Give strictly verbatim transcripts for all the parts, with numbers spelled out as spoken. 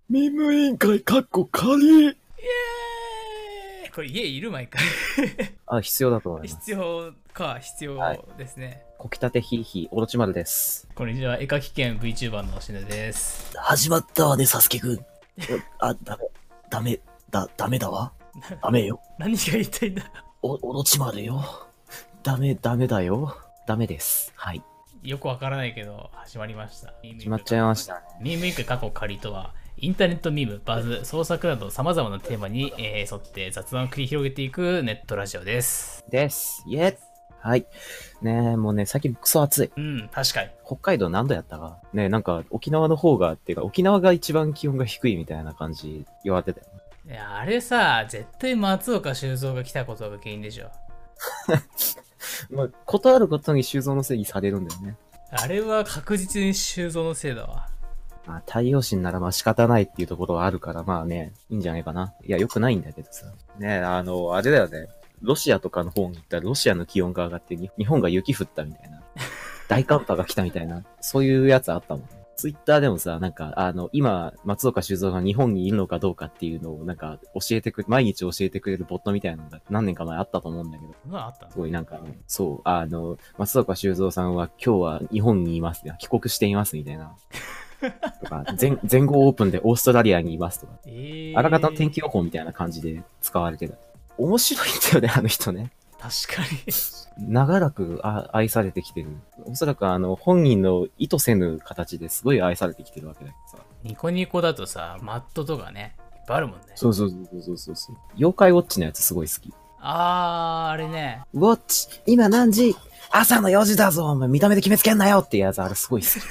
民務委員会かっこ仮。 イエーイ。これ家いる毎回。 あ、必要だと思います。 必要か、必要ですね。はい、 こきたてひいひい、オロチマルです。 こんにちは、絵描き兼 VTuber のしぬです。 始まったわね、サスケくん。あ、ダメ、ダメ、だ、ダメだわ。ダメよ。 何が言いたいんだ。 お、オロチマルよ。ダメ、ダメだよ。ダメです。はい。 よくわからないけど、始まりました。 始まっちゃいましたね。 ミームインク過去仮とは、インターネットミーム、バズ、創作など様々なテーマに、えー、沿って雑談を繰り広げていくネットラジオです。 です。イェッはい。ねえ、もうね、最近クソ暑い。 うん、確かに。 北海道何度やったかねえ、なんか沖縄の方が、っていうか沖縄が一番気温が低いみたいな感じ言われてたよね。 いや、あれさ、絶対松岡修造が来たことが原因でしょ。 まあ、ことあることに修造のせいにされるんだよね。 あれは確実に修造のせいだわ。 まあ、太陽神ならまあ仕方ないっていうところはあるから、まあね、いいんじゃないかな。いや、良くないんだけどさ。ねあの、あれだよね。ロシアとかの方に行ったらロシアの気温が上がって日本が雪降ったみたいな。大寒波が来たみたいな。そういうやつあったもんね。ツイッターでもさ、なんか、あの、今、松岡修造が日本にいるのかどうかっていうのを、なんか、教えてくれ、毎日教えてくれるボットみたいなのが何年か前あったと思うんだけど。 うわ、あったの？ すごいなんか、ね、そう、あの、松岡修造さんは今日は日本にいます、帰国していますみたいな。とか全、全豪オープンでオーストラリアにいますとか。えー、あらかた天気予報みたいな感じで使われてる。面白いんだよね、あの人ね。 確かに。 長らく愛されてきてる。おそらくあの、本人の意図せぬ形ですごい愛されてきてるわけだけどさ。 ニコニコだとさ、マットとかね、いっぱいあるもんね。 そうそうそうそうそうそう。妖怪ウォッチのやつすごい好き。 あー、あれね。 ウォッチ今何時朝のよじだぞお前見た目で決めつけんなよってやつあれすごい好き。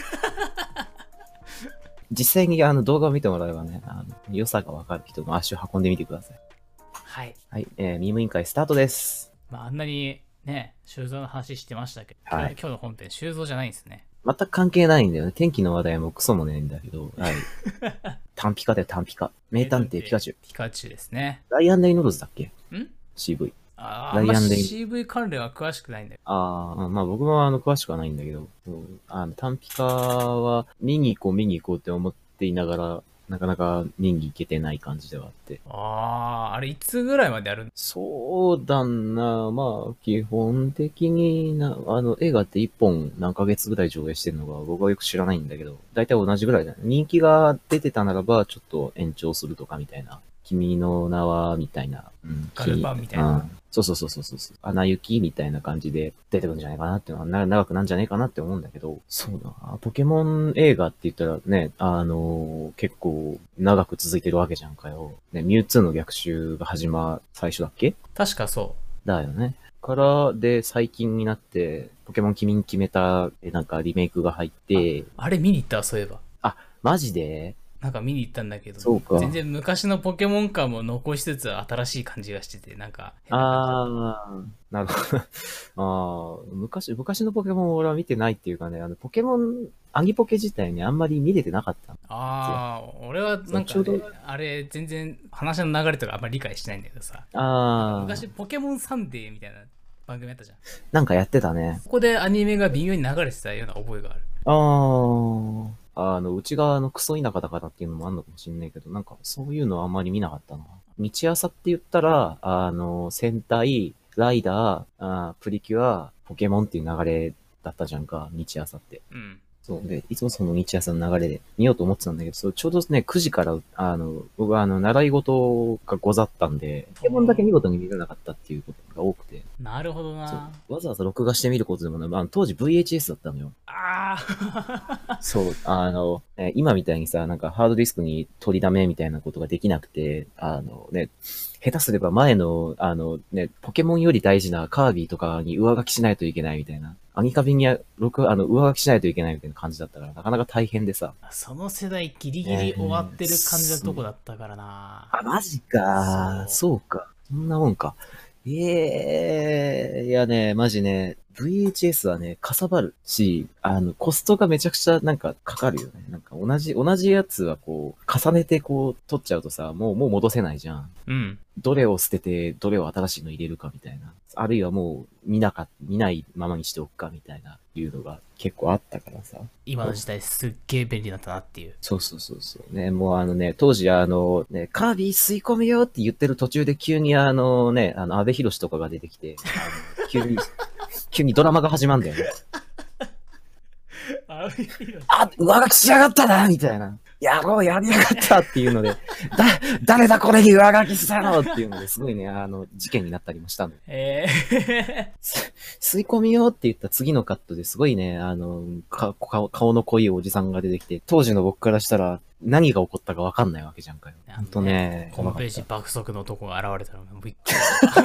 実際にあの動画を見てもらえばね、あの良さがわかる人の足を運んでみてください。 はい。 はい、えー、ミーム委員会スタートです。 まあ、あんなにね、修造の話してましたけど、はい、今日の本編修造じゃないんですね。 全く関係ないんだよね。天気の話題もクソもねえんだけど、はい。単ピカで単ピカ。名探偵ピカチュウ。 ピカチュウですね。 ライアン・レイノルズだっけ？ん ?シーブイ。 ああ、ライアン・レイノルズ。シーブイ 関連は詳しくないんだよ。 ああ、まあ僕もあの詳しくはないんだけど、あの単ピカは見に行こう見に行こうって思っていながら、なかなか見に行けてない感じではあって。 ああ、あれいつぐらいまであるん？ そうだな、まあ基本的にな、あの映画って一本何ヶ月ぐらい上映してるのか僕はよく知らないんだけど、だいたい同じぐらいだね。人気が出てたならばちょっと延長するとかみたいな。君の名はみたいな。 うん。ガルパンみたいな。 うん、そうそうそうそうそう。アナ雪みたいな感じで出てくるんじゃないかなっていうのは、長くなんじゃないかなって思うんだけど、そうだな。ポケモン映画って言ったらね、あのー、結構長く続いてるわけじゃんかよ。ね、ミュウツーの逆襲が始まる最初だっけ？ 確かそう。 だよね。からで最近になって、ポケモン君に決めた、なんかリメイクが入って。 あ、あれ見に行った、そういえば。 あ、マジで？ なんか見に行ったんだけど、 そうか。 全然昔のポケモン感も残しつつ新しい感じがしてて、なんか変な感じ。ああ、なるほど。ああ、昔、昔のポケモンを俺は見てないっていうかね、あの、ポケモン、アギポケ自体にあんまり見れてなかった。 ああ、俺はなんか、ね、あれ全然話の流れとかあんまり理解してないんだけどさ。ああ。昔ポケモンサンデーみたいな番組やったじゃん。 なんかやってたね。 ここでアニメが微妙に流れてたような覚えがある。 ああ。あの、内側のクソ田舎だからっていうのもあるのかもしれないけど、なんかそういうのはあんまり見なかったな。日朝って言ったら、あの、戦隊、ライダー、あープリキュア、ポケモンっていう流れだったじゃんか、日朝って。うん。そうで、いつもその日朝の流れで見ようと思ってたんだけど、そうちょうどね、くじから、あの、僕はあの、習い事がござったんで、ポケモンだけ見事に見れなかったっていうことが多くて。 なるほどな。 そうわざわざ録画してみることでもない、まあ、当時 ブイエイチエス だったのよ。 ああそう、あの、え今みたいにさ、なんかハードディスクに取りだめみたいなことができなくて、あのね、下手すれば前の、あのね、ポケモンより大事なカービィとかに上書きしないといけないみたいな。アニカビに録あの、上書きしないといけないみたいな感じだったから、なかなか大変でさ。 その世代ギリギリ終わってる感じのとこだったからな、 えー、あ、マジか。そうか。そんなもんか。ええー、いやね、マジね、 ブイエイチエス はね、かさばるし、あの、コストがめちゃくちゃなんかかかるよね。なんか同じ、同じやつはこう、重ねてこう、取っちゃうとさ、もう、もう戻せないじゃん。 うん。 どれを捨てて、どれを新しいの入れるかみたいな。あるいはもう、見なか、見ないままにしておくかみたいな、いうのが結構あったからさ。 今の時代すっげえ便利だったなっていう。 そうそうそうそう。ね、もうあのね、当時あの、ね、カービィ吸い込めよって言ってる途中で急にあのね、あの、安倍博士とかが出てきて、あの急に、急にドラマが始まるんだよね。あ、上書きしやがったなみたいな。やろう、やりやがったっていうので、だ、誰だこれに上書きしたのっていうのですごいね、あの、事件になったりもしたの。 ええー、吸い込みようって言った次のカットですごいね、あの、か顔、顔の濃いおじさんが出てきて、当時の僕からしたら何が起こったかわかんないわけじゃんかよ。ほんとね。 ホームページ爆速の男が現れたのがびっくり。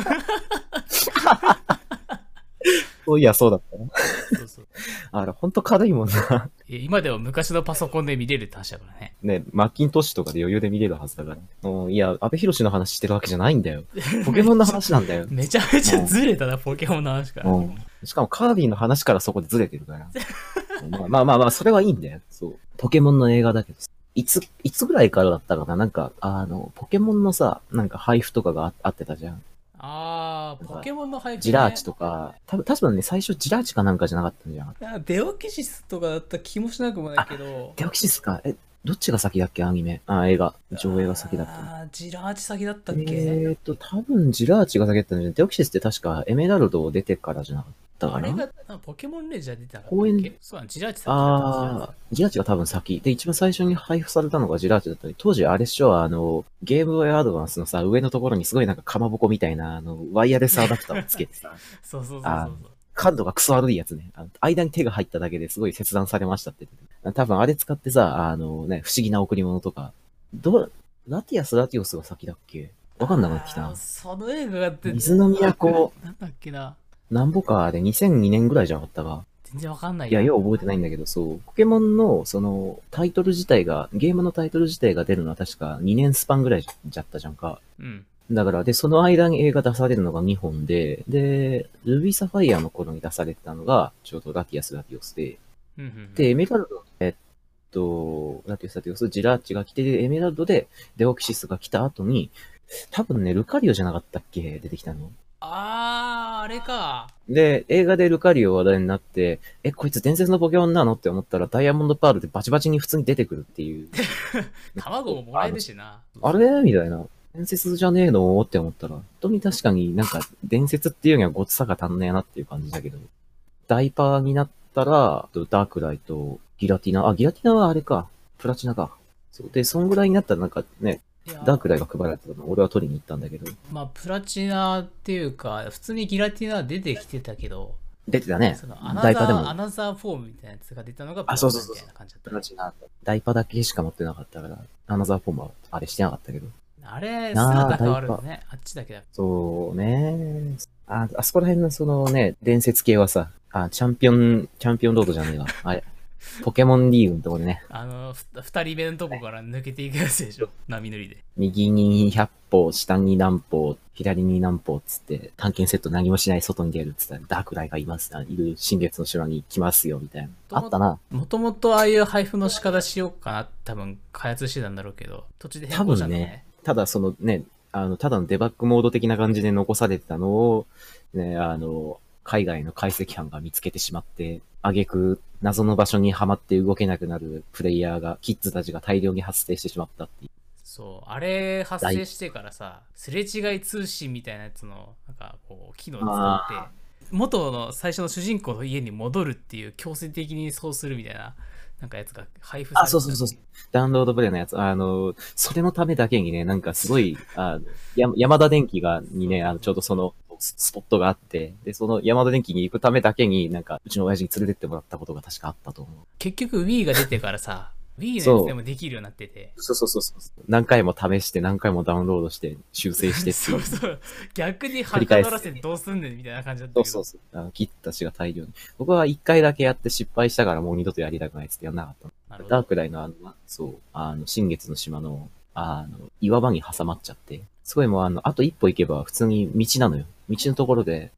そういや、そうだったな。そうそう。あれ、ほんと軽いもんな。 今では昔のパソコンで見れるって話だからね。 ね、マッキントッシュとかで余裕で見れるはずだから。うん、いや、安倍博士の話してるわけじゃないんだよ。ポケモンの話なんだよ。 めちゃめちゃずれたな、ポケモンの話から。 うん。しかもカービィの話からそこでずれてるから。まあまあまあまあ、それはいいんだよ。そう。ポケモンの映画だけど。いつ、いつぐらいからだったかななんか、あの、ポケモンのさ、なんか配布とかがあってたじゃん。 あー、ポケモンの配布、ね、 ジラーチとか、多分、確かね、最初ジラーチかなんかじゃなかったんじゃん。 デオキシスとかだった気もしなくもないけど。 デオキシスか。え、どっちが先だっけアニメ。あ、映画。上映が先だった。 あー、ジラーチ先だったっけ。 えーと、多分ジラーチが先だったんじゃない。デオキシスって確かエメラルドを出てからじゃなかったかな。 あれが、ポケモンレジャー出てたから。 公園、 そうだ、ジラーチ先だった。ああ、ジラーチが多分先。で、一番最初に配布されたのがジラーチだったり、当時あれっしょ、あの、ゲームボーイアドバンスのさ、上のところにすごいなんかかまぼこみたいな、あの、ワイヤレスアダプターをつけてさ。 そうそうそうそうそう。 感度がクソ悪いやつね。あの間に手が入っただけですごい切断されましたって言って。多分あれ使ってさ、あのね、不思議な贈り物とか。ど、ラティアス・ラティオスが先だっけわかんなくなってきた。 その映画が出て水の都。 なんだっけな。 なんぼかでにせんにねんぐらいじゃなかったか。 全然わかんない。 いや、よう覚えてないんだけど、そう。ポケモンの、その、タイトル自体が、ゲームのタイトル自体が出るのは確かにねんスパンぐらいじゃったじゃんか。 うん。 だから、で、その間に映画出されるのがにほんで、で、ルビーサファイアの頃に出されてたのが、ちょうどラティアス・ラティオスで、 うんうんうん、 で、エメラルド、えっと、ラティアス・ラティオス、ジラーチが来て、エメラルドでデオキシスが来た後に、多分ね、ルカリオじゃなかったっけ出てきたの。 あー、あれか。 で、映画でルカリオ話題になって、え、こいつ伝説のポケモンなのって思ったら、ダイヤモンドパールでバチバチに普通に出てくるっていう。 卵ももらえるしな。 あれみたいな。伝説じゃねえのって思ったら、本当に確かになんか伝説っていうにはごつさが足んねえなっていう感じだけど。ダイパーになったら、ダークライとギラティナ、あ、ギラティナはあれか。プラチナか。そう。で、そんぐらいになったらなんかね、ダークライが配られてたの俺は取りに行ったんだけど。 まあ、プラチナっていうか、普通にギラティナは出てきてたけど、 出てたね。 そのアナザー、アナザーフォームみたいなやつが出たのがプラチナみたいな感じだった、ね。 プラチナ。ダイパだけしか持ってなかったから、アナザーフォームはあれしてなかったけど。 あれ、姿変わるんね。あっちだけだ。 そうね。あ、あそこら辺のそのね、伝説系はさ、あ、チャンピオン、チャンピオンロードじゃねえわ。あれ。ポケモンリーグのとこでね。 あの、二人目のとこから抜けていくやつでしょ。波乗りで。 右にひゃっぽう、下に何歩、左に何歩っつって、探検セット何もしない外に出るっつったら、ダークライがいます。いる新月の島に来ますよ、みたいな。あったな。 もともとああいう配布の仕方しようかな、多分開発してたんだろうけど、途中で変更したんだね。多分ね。 ただそのね、あの、ただのデバッグモード的な感じで残されてたのを、ね、あの、海外の解析班が見つけてしまって、挙句、謎の場所にはまって動けなくなるプレイヤーが、キッズたちが大量に発生してしまったっていう。 そう、あれ発生してからさ、すれ違い通信みたいなやつの、なんかこう、機能を使って、元の最初の主人公の家に戻るっていう、強制的にそうするみたいな、なんかやつが配布されてた。あ、そうそうそう。 ダウンロードプレイのやつ。あの、それのためだけにね、なんかすごい、あの、山田電機が、にね、あの、ちょうどその、スポットがあって、で、その山田電機に行くためだけに、なんか、うちの親父に連れてってもらったことが確かあったと思う。 結局 Wii が出てからさ、Wii のやつでもできるようになってて。 そうそうそうそう。何回も試して、何回もダウンロードして、修正してってそうそう。逆にはかどらせてどうすんねんみたいな感じだったけど。 そうそうそう。あのキッズたちが大量に。僕は一回だけやって失敗したからもう二度とやりたくないっつってやんなかったの。ダークライのあの、そう、あの、新月の島の、あの、岩場に挟まっちゃって。すごいもうあの、あと一歩行けば普通に道なのよ。道のところで、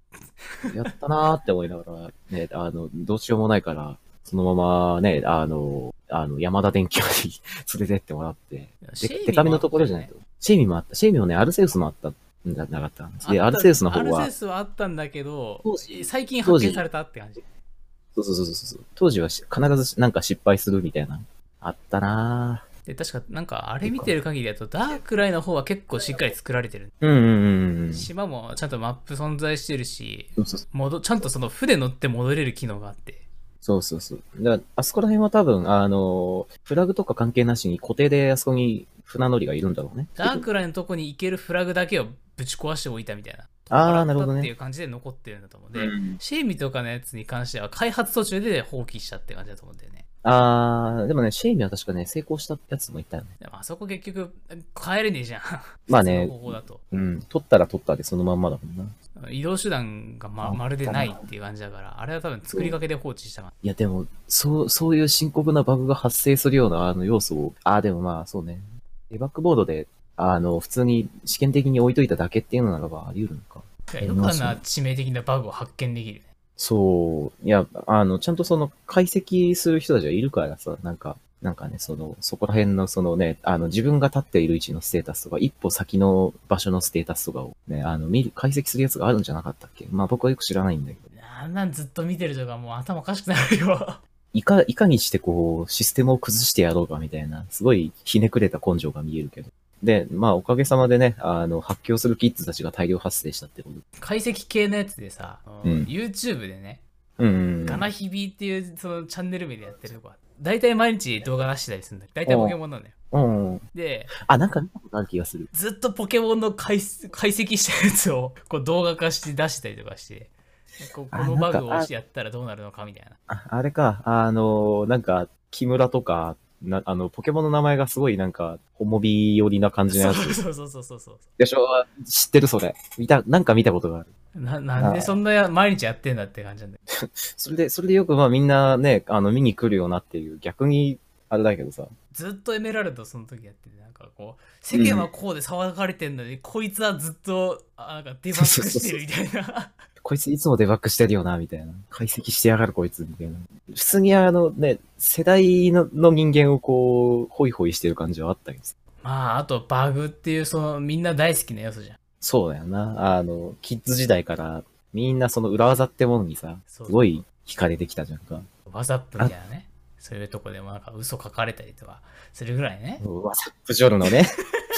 やったなーって思いながら、ね、あの、どうしようもないから、そのままね、あの、あの、山田電機に連れてってもらって、で、 シェイデカめのミーもあったよね。 ところじゃないと。シェイミもあった。シェイミもね、アルセウスもあったんじゃなかった。で、アルあった、 セウスの方は、 アルセスはあったんだけど、 当時、 最近当時、 発見されたって感じ。 そうそうそうそうそう、当時はし必ずなんか失敗するみたいな。あったなで、確かなんかあれ見そうかてる限りだと、ダークライの方は結構しっかり作られてる。 ー。うんうんうんうん。 島もちゃんとマップ存在してるし、 そうそう戻ちゃんとその船乗って戻れる機能があって。 そうそうそう。だから、あそこら辺は多分、あの、フラグとか関係なしに固定であそこに船乗りがいるんだろうね。 ダークライのとこに行けるフラグだけをぶち壊しておいたみたいな。 あー、 もらったっていなるほどね。 う感じで残ってるんだと思う。で、 うんシェイミとかのやつに関しては開発途中で放棄したって感じだと思うんだよね。 あー、でもね、シェイミは確かね、成功したやつもいたよね。 でもあそこ結局帰れねえじゃん。 まあね普通の方法だと。 うん。取ったら取ったでそのまんまだもんな。 移動手段がまあまるでないっていう感じだから、あれは多分作りかけで放置したかいや、でも、そう、そういう深刻なバグが発生するような、あの、要素を、あー、でもまあ、そうね。デバッグボードで、あの、普通に試験的に置いといただけっていうのならばあり得るのか。 ら。よくあんな致命的なバグを発見できる。 そう。いや、あの、ちゃんとその解析する人たちがいるからさ、なんか、なんかね、その、そこら辺のそのね、あの、自分が立っている位置のステータスとか、一歩先の場所のステータスとかをね、あの、見る、解析するやつがあるんじゃなかったっけ？まあ僕はよく知らないんだけど。 あんなんずっと見てるとかもう頭おかしくなるよ。 いか、いかにしてこう、システムを崩してやろうかみたいな、すごいひねくれた根性が見えるけど。で、まあおかげさまでね、あの、発狂するキッズたちが大量発生したってこと。 解析系のやつでさ、 うん YouTube でね、 うんうんうん。 ガナヒビっていうそのチャンネル名でやってるとこは、大体毎日動画出してたりするんだけど、大体ポケモンなんだよ。 うん。 で、 あ、なんか見たことある気がする。 ずっとポケモンの解解析したやつをこう動画化して出したりとかして、ここのバグを押してやったらどうなるのかみたいな。 あ、あれか、あの、なんか、木村とか、な、あの、ポケモンの名前がすごいなんか、ホモビ寄りな感じのそうやつ。 そうそうそうそうそう。 でしょ？知ってるそれ。見た、なんか見たことがある。 ななんでそんなや毎日やってんだって感じなんだよ。 それで、それでよくまあみんなね、あの、見に来るよなっていう、逆に、あれだけどさ。 ずっとエメラルドその時やってて、なんかこう、世間はこうで騒がれてんのに、こいつはずっと、あなんかデバッグしてるみたいな。 こいついつもデバッグしてるよな、みたいな。解析してやがるこいつ、みたいな。普通にあのね、世代のの人間をこう、ホイホイしてる感じはあったけどさ。 まあ、あとバグっていう、その、みんな大好きな要素じゃん。 そうだよな。あの、キッズ時代から、みんなその裏技ってものにさ、すそうごい惹かれてきたじゃんか。 ワザップみたいなね。そういうとこでもなんか嘘書かれたりとかするぐらいね。 ワサップジョルのね。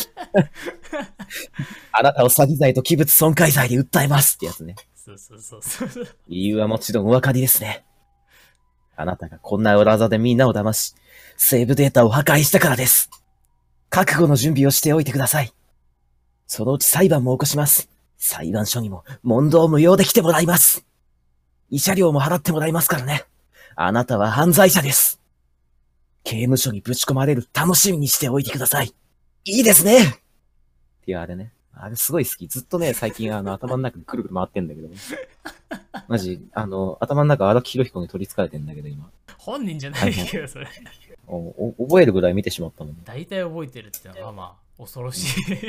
あなたを詐欺罪と器物損壊罪で訴えますってやつね。 そうそうそうそう。 理由はもちろんお分かりですね。あなたがこんな裏技でみんなを騙し、セーブデータを破壊したからです。覚悟の準備をしておいてください。そのうち裁判も起こします。裁判所にも問答無用で来てもらいます。慰謝料も払ってもらいますからね。あなたは犯罪者です。刑務所にぶち込まれる楽しみにしておいてください。いいですねっていうあれね。あれすごい好き。ずっとね、最近あの頭の中でくるくる回ってんだけど。マジ、あの、頭の中荒木博彦に取り憑かれてんだけど今。 本人じゃないけど、それ。 おお覚えるぐらい見てしまったもんね。 大体覚えてるってのがまあ、恐ろしい。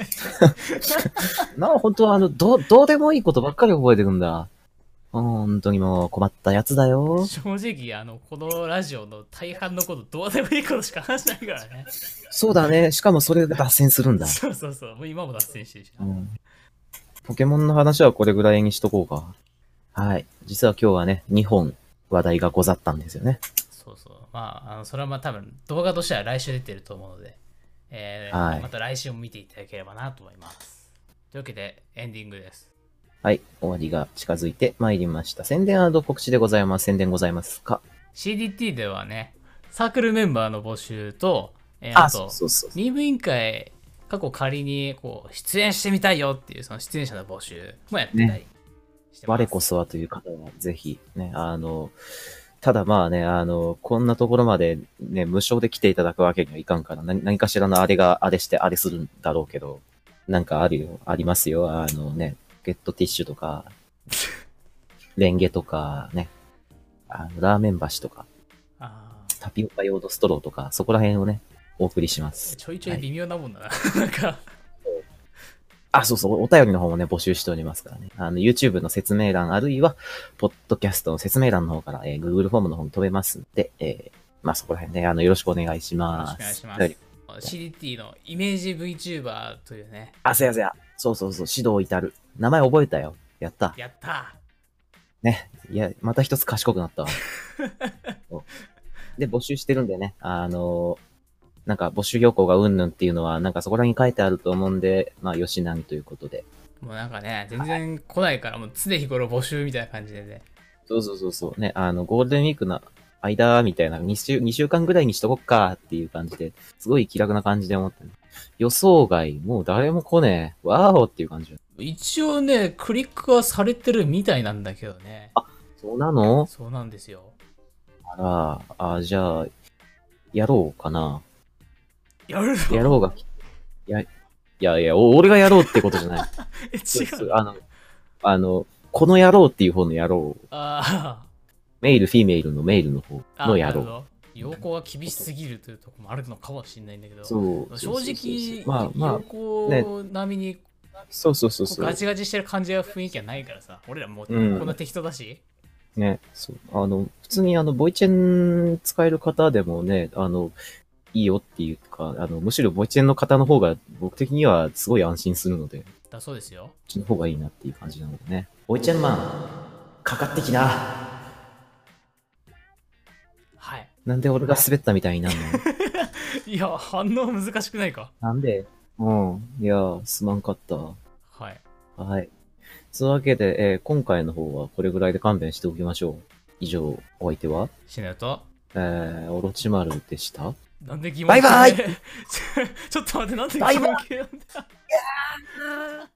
なあ、本当はあの、どう、どうでもいいことばっかり覚えてくんだ。本当にもう困ったやつだよ。 正直、あの、このラジオの大半のこと、どうでもいいことしか話しないからね。 そうだね。しかもそれで脱線するんだ。 そうそうそう。もう今も脱線してるしな。 うん。ポケモンの話はこれぐらいにしとこうか。はい。実は今日はね、にほん話題がござったんですよね。 そうそう。まあ、あのそれはまあ多分動画としては来週出てると思うので、えーはいまた来週も見ていただければなと思います。というわけで、エンディングです。 はい。終わりが近づいてまいりました。宣伝&告知でございます。宣伝ございますか？ シーディーティー ではね、サークルメンバーの募集と、えーあと、 そうそうそう。 任務委員会、過去仮にこう出演してみたいよっていうその出演者の募集もやってたりしてます。 我こそはという方はぜひね、あの、ただまあね、あの、こんなところまでね、無償で来ていただくわけにはいかんから、何何かしらのあれがあれしてあれするんだろうけど、なんかあるよ、ありますよ。あのね、ゲットティッシュとか、レンゲとかね、あのラーメン箸とか、 あタピオカ用のストローとか、そこら辺をね、お送りしまーす。 ちょいちょい微妙なもんだな。なんか、 あ、そうそう、お便りの方もね、募集しておりますからね。あの、YouTube の説明欄、あるいは、ポッドキャストの説明欄の方から、えー Google フォームの方に飛べますんで、えー、まあ、そこら辺ね、あの、よろしくお願いしよろましくお願いす。 します。 お便りシーディーティー のイメージ VTuber というね。 あ、せやせや。そうそうそう、指導至る。名前覚えたよ。やった。 やったね。いや、また一つ賢くなったわ。そうで、募集してるんでね、あのーなんか募集要項がうんぬんっていうのは、なんかそこらに書いてあると思うんで、まあ、よしなみということで。 もうなんかね、全然来ないから、もう常日頃募集みたいな感じでね。 そうそうそうそう。ね、あの、ゴールデンウィークの間、みたいな、に週、にしゅうかんぐらいにしとこっかっていう感じで、すごい気楽な感じで思ってる。予想外、もう誰も来ねえ。わーおっていう感じ。 一応ね、クリックはされてるみたいなんだけどね。 あ、そうなの？ そうなんですよ。 あら、あ、じゃあ、やろうかな。 やるのやろうが、や、いやいや、お俺がやろうってことじゃない。 え、 そう違う。 そうあの、あの、この野郎っていう方の野郎。 あメイル、フィメイルのメイルの方あ、 の野郎。 なるほど。要項は厳しすぎるというところもあるのかもしれないんだけど、 そう。 正直、 まあまあ要項並みにそうそうそうそう。 ガチガチしてる感じは雰囲気はないからさ、俺らもうこうんんな適当だし。 ね、そう。あの、普通にあの、ボイチェン使える方でもね、あの、いいよっていうか、あの、むしろボイチェンの方の方が僕的にはすごい安心するので、こだそうですよ。 っちの方がいいなっていう感じなのでね。ボイチェンマン、かかってきな。 はい。 なんで俺が滑ったみたいになるの？ いや、反応難しくないか。 なんで？うん。いや、すまんかった。 はい。 はい。そういうわけで、えー今回の方はこれぐらいで勘弁しておきましょう。以上、お相手は、 しないと。 えー、オロチマルでした。 なんで疑問バイバイちょちょっと待って、なんで疑問系なんだ